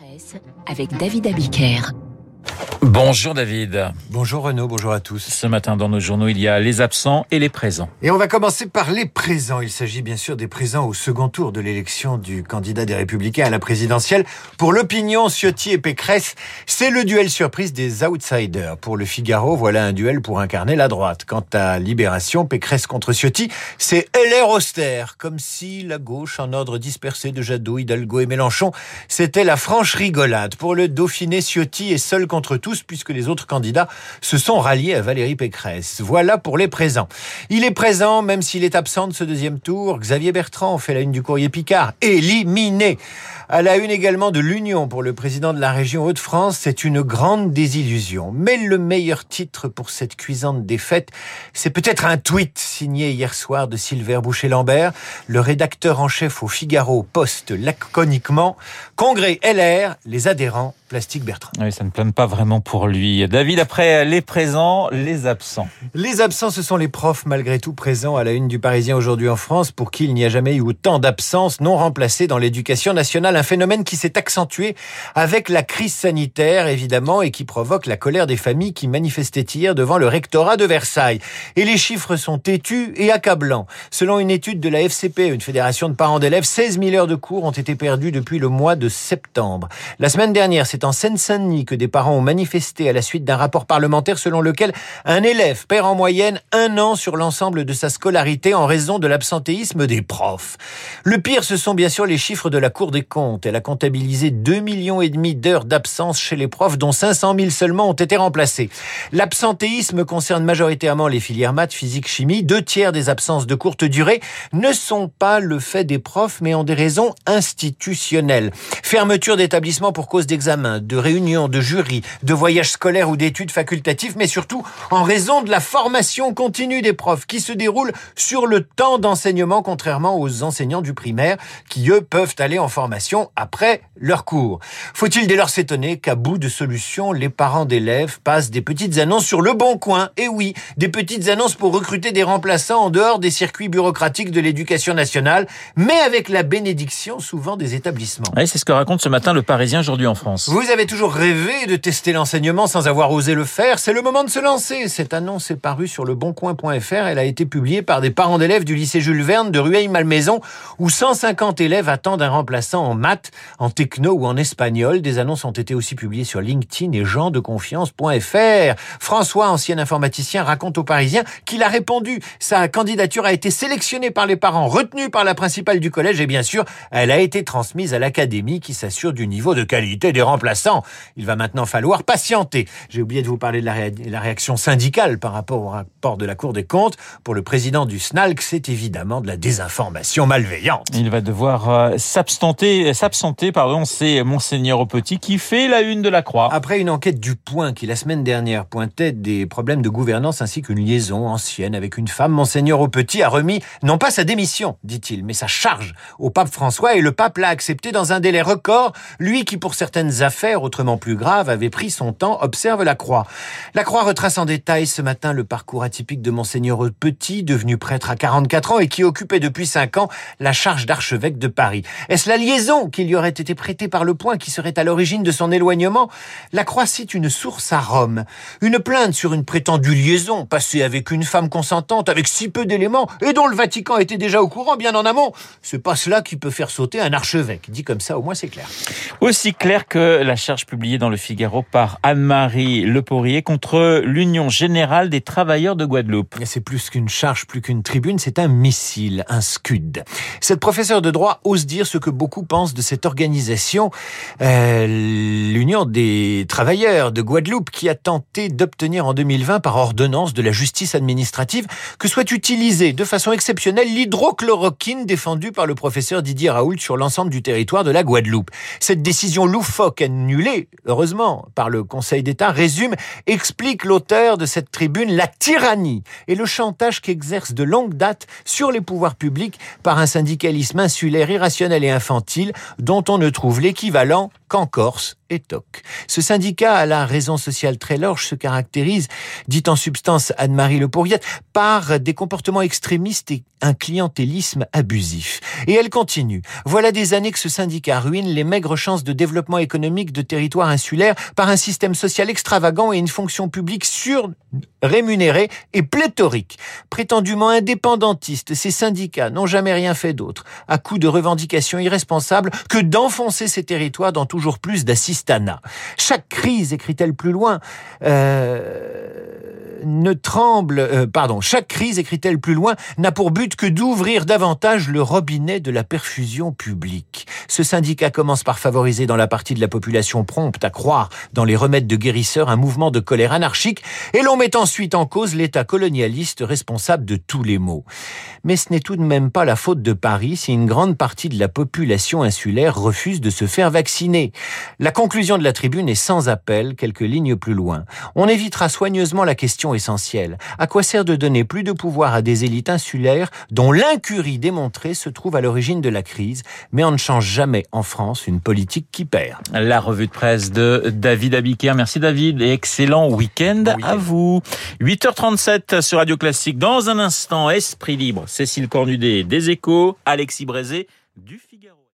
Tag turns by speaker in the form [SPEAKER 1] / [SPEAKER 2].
[SPEAKER 1] Presse avec David Abiker.
[SPEAKER 2] Bonjour David.
[SPEAKER 3] Bonjour Renaud, bonjour à tous.
[SPEAKER 2] Ce matin dans nos journaux, il y a les absents et les présents.
[SPEAKER 3] Et on va commencer par les présents. Il s'agit bien sûr des présents au second tour de l'élection du candidat des Républicains à la présidentielle. Pour l'opinion, Ciotti et Pécresse, c'est le duel surprise des outsiders. Pour le Figaro, voilà un duel pour incarner la droite. Quant à Libération, Pécresse contre Ciotti, c'est LR austère. Comme si la gauche, en ordre dispersé de Jadot, Hidalgo et Mélenchon, c'était la franche rigolade. Pour le Dauphiné, Ciotti est seul contre tous, puisque les autres candidats se sont ralliés à Valérie Pécresse. Voilà pour les présents. Il est présent, même s'il est absent de ce deuxième tour. Xavier Bertrand fait la une du Courrier Picard. Éliminé. À la une également de l'Union pour le président de la région Hauts-de-France, c'est une grande désillusion. Mais le meilleur titre pour cette cuisante défaite, c'est peut-être un tweet signé hier soir de Sylvain Boucher-Lambert. Le rédacteur en chef au Figaro poste laconiquement « Congrès LR, les adhérents, plastique Bertrand ».
[SPEAKER 2] Oui, ça ne plane pas vraiment pour lui. David, après les présents, les absents.
[SPEAKER 3] Les absents, ce sont les profs malgré tout présents à la une du Parisien aujourd'hui en France, pour qui il n'y a jamais eu autant d'absences non remplacées dans l'éducation nationale. Un phénomène qui s'est accentué avec la crise sanitaire, évidemment, et qui provoque la colère des familles qui manifestaient hier devant le rectorat de Versailles. Et les chiffres sont têtus et accablants. Selon une étude de la FCP, une fédération de parents d'élèves, 16 000 heures de cours ont été perdues depuis le mois de septembre. La semaine dernière, c'est en Seine-Saint-Denis que des parents ont manifesté à la suite d'un rapport parlementaire selon lequel un élève perd en moyenne 1 an sur l'ensemble de sa scolarité en raison de l'absentéisme des profs. Le pire, ce sont bien sûr les chiffres de la Cour des comptes. Elle a comptabilisé 2,5 millions d'heures d'absence chez les profs, dont 500 000 seulement ont été remplacées. L'absentéisme concerne majoritairement les filières maths, physique, chimie. 2/3 des absences de courte durée ne sont pas le fait des profs, mais ont des raisons institutionnelles. Fermeture d'établissements pour cause d'examen, de réunions, de jurys, de voyages scolaires ou d'études facultatives, mais surtout en raison de la formation continue des profs qui se déroule sur le temps d'enseignement, contrairement aux enseignants du primaire qui, eux, peuvent aller en formation après leur cours. Faut-il dès lors s'étonner qu'à bout de solutions, les parents d'élèves passent des petites annonces sur Le Bon Coin? Et oui, des petites annonces pour recruter des remplaçants en dehors des circuits bureaucratiques de l'éducation nationale, mais avec la bénédiction souvent des établissements.
[SPEAKER 2] Oui, c'est ce que raconte ce matin le Parisien aujourd'hui en France.
[SPEAKER 3] Vous avez toujours rêvé de tester l'enseignement sans avoir osé le faire? C'est le moment de se lancer. Cette annonce est parue sur leboncoin.fr. Elle a été publiée par des parents d'élèves du lycée Jules Verne de Rueil-Malmaison, où 150 élèves attendent un remplaçant en maths, en techno ou en espagnol. Des annonces ont été aussi publiées sur LinkedIn et genddeconfiance.fr. François, ancien informaticien, raconte aux Parisiens qu'il a répondu. Sa candidature a été sélectionnée par les parents, retenue par la principale du collège et bien sûr, elle a été transmise à l'académie qui s'assure du niveau de qualité des remplaçants. Il va maintenant falloir patienter. J'ai oublié de vous parler de la réaction syndicale par rapport au rapport de la Cour des comptes. Pour le président du SNALC, c'est évidemment de la désinformation malveillante.
[SPEAKER 2] Il va devoir s'absenter, c'est Monseigneur au Petit qui fait la une de la Croix.
[SPEAKER 3] Après une enquête du Point qui, la semaine dernière, pointait des problèmes de gouvernance ainsi qu'une liaison ancienne avec une femme, Monseigneur au Petit a remis, non pas sa démission, dit-il, mais sa charge au pape François, et le pape l'a accepté dans un délai record, lui qui, pour certaines affaires autrement plus graves, avait pris son temps, observe la Croix. La Croix retrace en détail ce matin le parcours atypique de Monseigneur au Petit, devenu prêtre à 44 ans et qui occupait depuis 5 ans la charge d'archevêque de Paris. Est-ce la liaison qui lui aurait été prêtée par le Point qui serait à l'origine de son éloignement? La Croix cite une source à Rome. Une plainte sur une prétendue liaison passée avec une femme consentante avec si peu d'éléments et dont le Vatican était déjà au courant bien en amont. C'est pas cela qui peut faire sauter un archevêque. Dit comme ça, au moins c'est clair.
[SPEAKER 2] Aussi clair que la charge publiée dans le Figaro par Anne-Marie Leporrier contre l'Union Générale des Travailleurs de Guadeloupe.
[SPEAKER 3] C'est plus qu'une charge, plus qu'une tribune, c'est un missile, un scud. Cette professeure de droit ose dire ce que beaucoup pensent de cette organisation, l'Union des Travailleurs de Guadeloupe, qui a tenté d'obtenir en 2020 par ordonnance de la justice administrative que soit utilisée de façon exceptionnelle l'hydrochloroquine défendue par le professeur Didier Raoult sur l'ensemble du territoire de la Guadeloupe. Cette décision loufoque a annulée, heureusement, par le Conseil d'État, résume, explique l'auteur de cette tribune, la tyrannie et le chantage qu'exerce de longue date sur les pouvoirs publics par un syndicalisme insulaire, irrationnel et infantile dont on ne trouve l'équivalent qu'en Corse et Toc. Ce syndicat à la raison sociale très large se caractérise, dit en substance Anne-Marie Le Pourriette, par des comportements extrémistes et un clientélisme abusif. Et elle continue. Voilà des années que ce syndicat ruine les maigres chances de développement économique de territoires insulaires par un système social extravagant et une fonction publique surrémunérée et pléthorique. Prétendument indépendantistes, ces syndicats n'ont jamais rien fait d'autre, à coup de revendications irresponsables, que d'enfoncer ces territoires dans toujours plus d'assistanat. Chaque crise, écrit-elle plus loin, chaque crise, écrit-elle plus loin, n'a pour but que d'ouvrir davantage le robinet de la perfusion publique. Ce syndicat commence par favoriser dans la partie de la population prompte à croire dans les remèdes de guérisseurs un mouvement de colère anarchique, et l'on met ensuite en cause l'État colonialiste responsable de tous les maux. Mais ce n'est tout de même pas la faute de Paris si une grande partie de la population insulaire refuse de se faire vacciner. La conclusion de la tribune est sans appel, quelques lignes plus loin. On évitera soigneusement la question essentielle. À quoi sert de donner plus de pouvoir à des élites insulaires dont l'incurie démontrée se trouve à l'origine de la crise, mais on ne change jamais en France une politique qui perd.
[SPEAKER 2] La revue de presse de David Abiker. Merci David et excellent week-end à vous. 8h37 sur Radio Classique. Dans un instant, Esprit Libre, Cécile Cornudet des Échos, Alexis Brézé du Figaro.